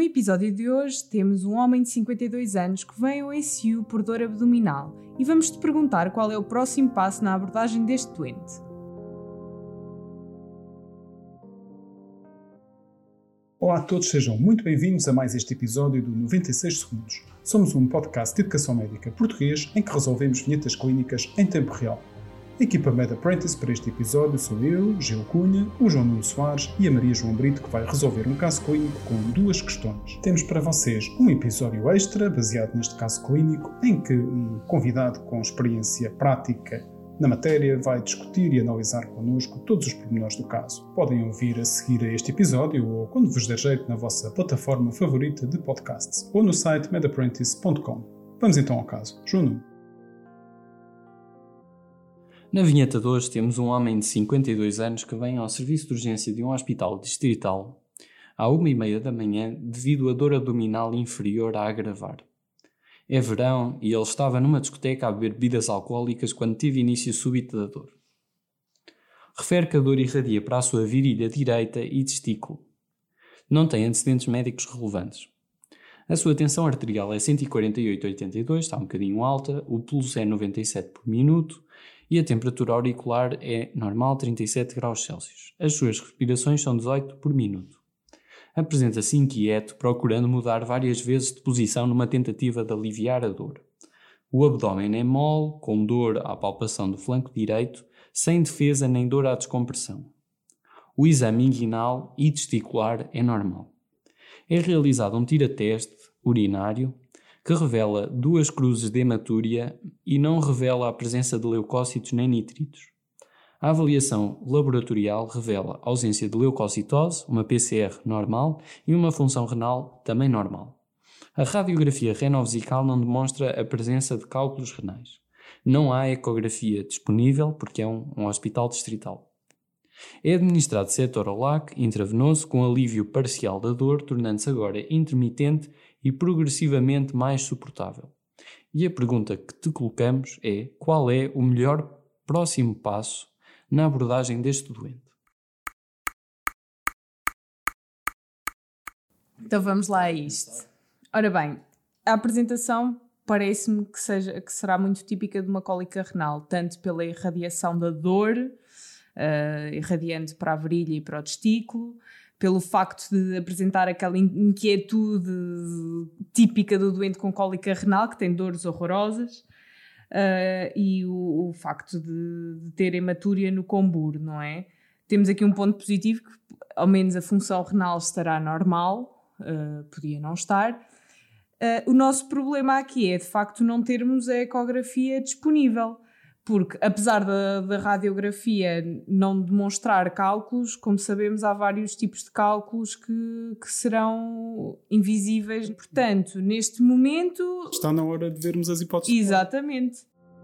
episódio de hoje temos um homem de 52 anos que vem ao ICU por dor abdominal e vamos te perguntar qual é o próximo passo na abordagem deste doente. Olá a todos, sejam muito bem-vindos a mais este episódio do 96 Segundos. Somos um podcast de educação médica português em que resolvemos vinhetas clínicas em tempo real. A equipa Med Apprentice para este episódio sou eu, Gil Cunha, o João Nuno Soares e a Maria João Brito, que vai resolver um caso clínico com duas questões. Temos para vocês um episódio extra, baseado neste caso clínico, em que um convidado com experiência prática na matéria vai discutir e analisar connosco todos os pormenores do caso. Podem ouvir a seguir a este episódio ou quando vos der jeito na vossa plataforma favorita de podcasts ou no site medapprentice.com. Vamos então ao caso. João Nuno. Na vinheta de hoje temos um homem de 52 anos que vem ao serviço de urgência de um hospital distrital à 1h30 da manhã devido a dor abdominal inferior a agravar. É verão e ele estava numa discoteca a beber bebidas alcoólicas quando teve início súbito da dor. Refere que a dor irradia para a sua virilha direita e testículo. Não tem antecedentes médicos relevantes. A sua tensão arterial é 148/82, está um bocadinho alta, o pulso é 97 por minuto e a temperatura auricular é normal, 37 graus Celsius. As suas respirações são 18 por minuto. Apresenta-se inquieto, procurando mudar várias vezes de posição numa tentativa de aliviar a dor. O abdômen é mole, com dor à palpação do flanco direito, sem defesa nem dor à descompressão. O exame inguinal e testicular é normal. É realizado um tira-teste urinário que revela 2 cruzes de hematúria e não revela a presença de leucócitos nem nitritos. A avaliação laboratorial revela ausência de leucocitose, uma PCR normal e uma função renal também normal. A radiografia renovesical não demonstra a presença de cálculos renais. Não há ecografia disponível porque é um hospital distrital. É administrado cetorolac intravenoso com alívio parcial da dor, tornando-se agora intermitente e progressivamente mais suportável. E a pergunta que te colocamos é: qual é o melhor próximo passo na abordagem deste doente? Então vamos lá a isto. Ora bem, a apresentação parece-me que será muito típica de uma cólica renal, tanto pela irradiação da dor, irradiante para a virilha e para o testículo, pelo facto de apresentar aquela inquietude típica do doente com cólica renal, que tem dores horrorosas, e o facto de ter hematúria no comburo, não é? Temos aqui um ponto positivo, que ao menos a função renal estará normal, podia não estar. O nosso problema aqui é, de facto, não termos a ecografia disponível, porque, apesar da radiografia não demonstrar cálculos, como sabemos, há vários tipos de cálculos que serão invisíveis. Portanto, neste momento... Está na hora de vermos as hipóteses. Exatamente.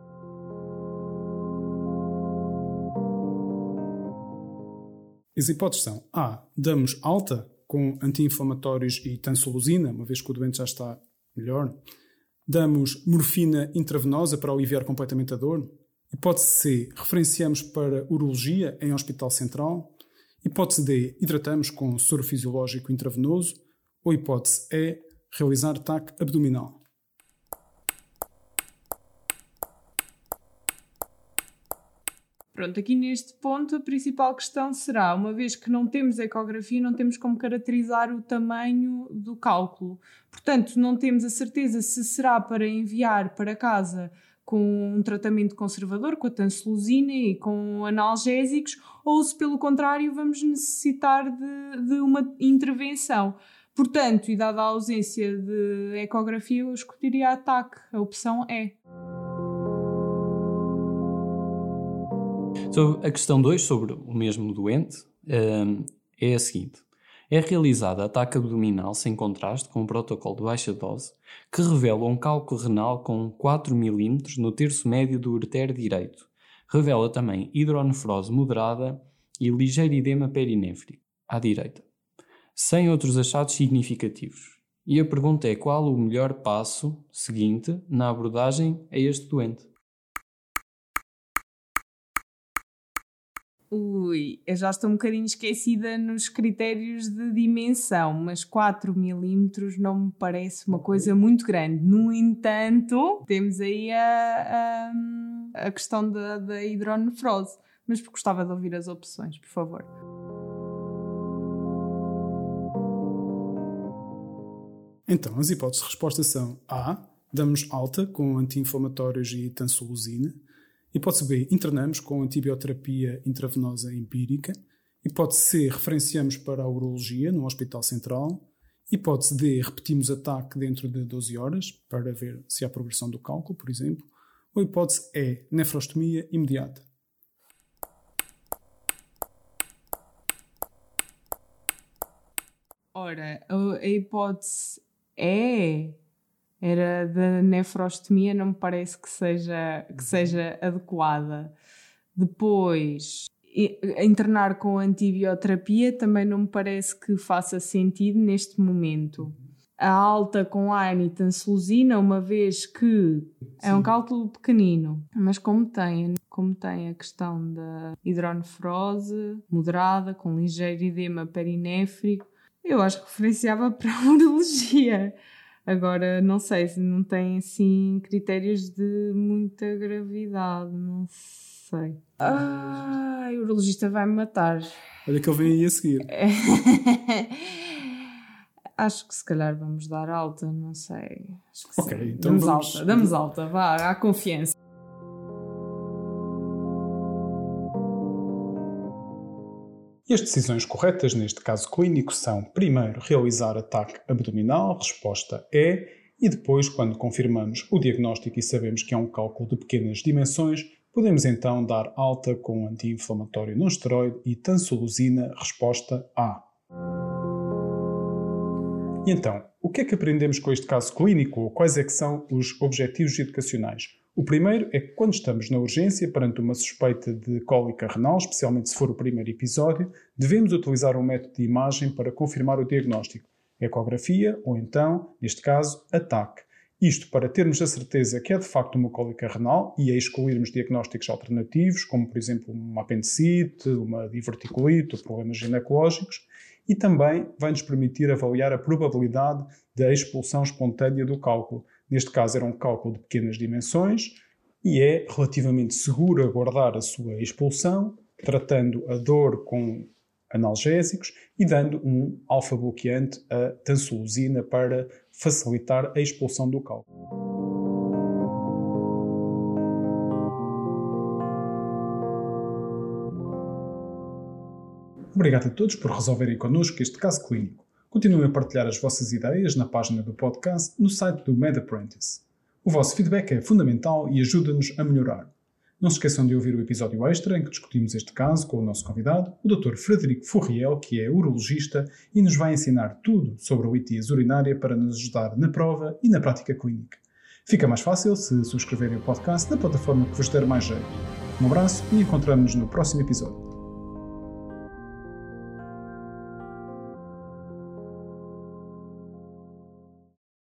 As hipóteses são: A. Damos alta com anti-inflamatórios e tansolosina, uma vez que o doente já está melhor. Damos morfina intravenosa para aliviar completamente a dor. Hipótese C. Referenciamos para urologia em hospital central. Hipótese D. Hidratamos com soro fisiológico intravenoso. Ou hipótese E. Realizar TAC abdominal. Pronto, aqui neste ponto a principal questão será, uma vez que não temos ecografia, não temos como caracterizar o tamanho do cálculo. Portanto, não temos a certeza se será para enviar para casa com um tratamento conservador, com a tansolosina e com analgésicos, ou se pelo contrário vamos necessitar de uma intervenção. Portanto, e dada a ausência de ecografia, eu escolheria a TAC, a opção E. Sobre a questão 2, sobre o mesmo doente, é a seguinte. É realizada a TAC abdominal sem contraste com um protocolo de baixa dose que revela um cálculo renal com 4 mm no terço médio do ureter direito. Revela também hidronefrose moderada e ligeiro edema perinéfrico à direita, sem outros achados significativos. E a pergunta é: qual o melhor passo seguinte na abordagem a este doente? Eu já estou um bocadinho esquecida nos critérios de dimensão, mas 4 milímetros não me parece uma coisa muito grande. No entanto, temos aí a questão da hidronefrose. Mas gostava de ouvir as opções, por favor. Então, as hipóteses de resposta são A. Damos alta com anti-inflamatórios e tansolosina. Hipótese B. Internamos com antibioterapia intravenosa empírica. Hipótese C. Referenciamos para a urologia no Hospital Central. Hipótese D. Repetimos ataque dentro de 12 horas para ver se há progressão do cálculo, por exemplo. Ou hipótese E. Nefrostomia imediata. Ora, a hipótese era da nefrostomia, não me parece que seja adequada. Depois, internar com antibioterapia também não me parece que faça sentido neste momento. A alta com anitansolosina, uma vez que é um cálculo pequenino, mas como tem a questão da hidronefrose moderada, com ligeiro edema perinéfrico, eu acho que referenciava para a urologia. Agora, não sei se não tem assim critérios de muita gravidade, não sei. O urologista vai-me matar. Olha que ele vem aí a seguir. Acho que se calhar vamos dar alta, não sei. Acho que ok, sim. então Damos alta, vá, há confiança. E as decisões corretas neste caso clínico são, primeiro, realizar ataque abdominal, resposta E, e depois, quando confirmamos o diagnóstico e sabemos que é um cálculo de pequenas dimensões, podemos então dar alta com anti-inflamatório não esteroide e tansolosina, resposta A. E então, o que é que aprendemos com este caso clínico ou quais é que são os objetivos educacionais? O primeiro é que quando estamos na urgência perante uma suspeita de cólica renal, especialmente se for o primeiro episódio, devemos utilizar um método de imagem para confirmar o diagnóstico, ecografia ou então, neste caso, ataque. Isto para termos a certeza que é de facto uma cólica renal e a excluirmos diagnósticos alternativos, como por exemplo uma apendicite, uma diverticulite ou problemas ginecológicos, e também vai-nos permitir avaliar a probabilidade da expulsão espontânea do cálculo. Neste caso era um cálculo de pequenas dimensões e é relativamente seguro aguardar a sua expulsão, tratando a dor com analgésicos e dando um alfa-bloqueante, a tansolosina, para facilitar a expulsão do cálculo. Obrigado a todos por resolverem connosco este caso clínico. Continuem a partilhar as vossas ideias na página do podcast no site do MedApprentice. O vosso feedback é fundamental e ajuda-nos a melhorar. Não se esqueçam de ouvir o episódio extra em que discutimos este caso com o nosso convidado, o Dr. Frederico Furriel, que é urologista e nos vai ensinar tudo sobre a litíase urinária para nos ajudar na prova e na prática clínica. Fica mais fácil se subscreverem o podcast na plataforma que vos der mais jeito. Um abraço e encontramos-nos no próximo episódio.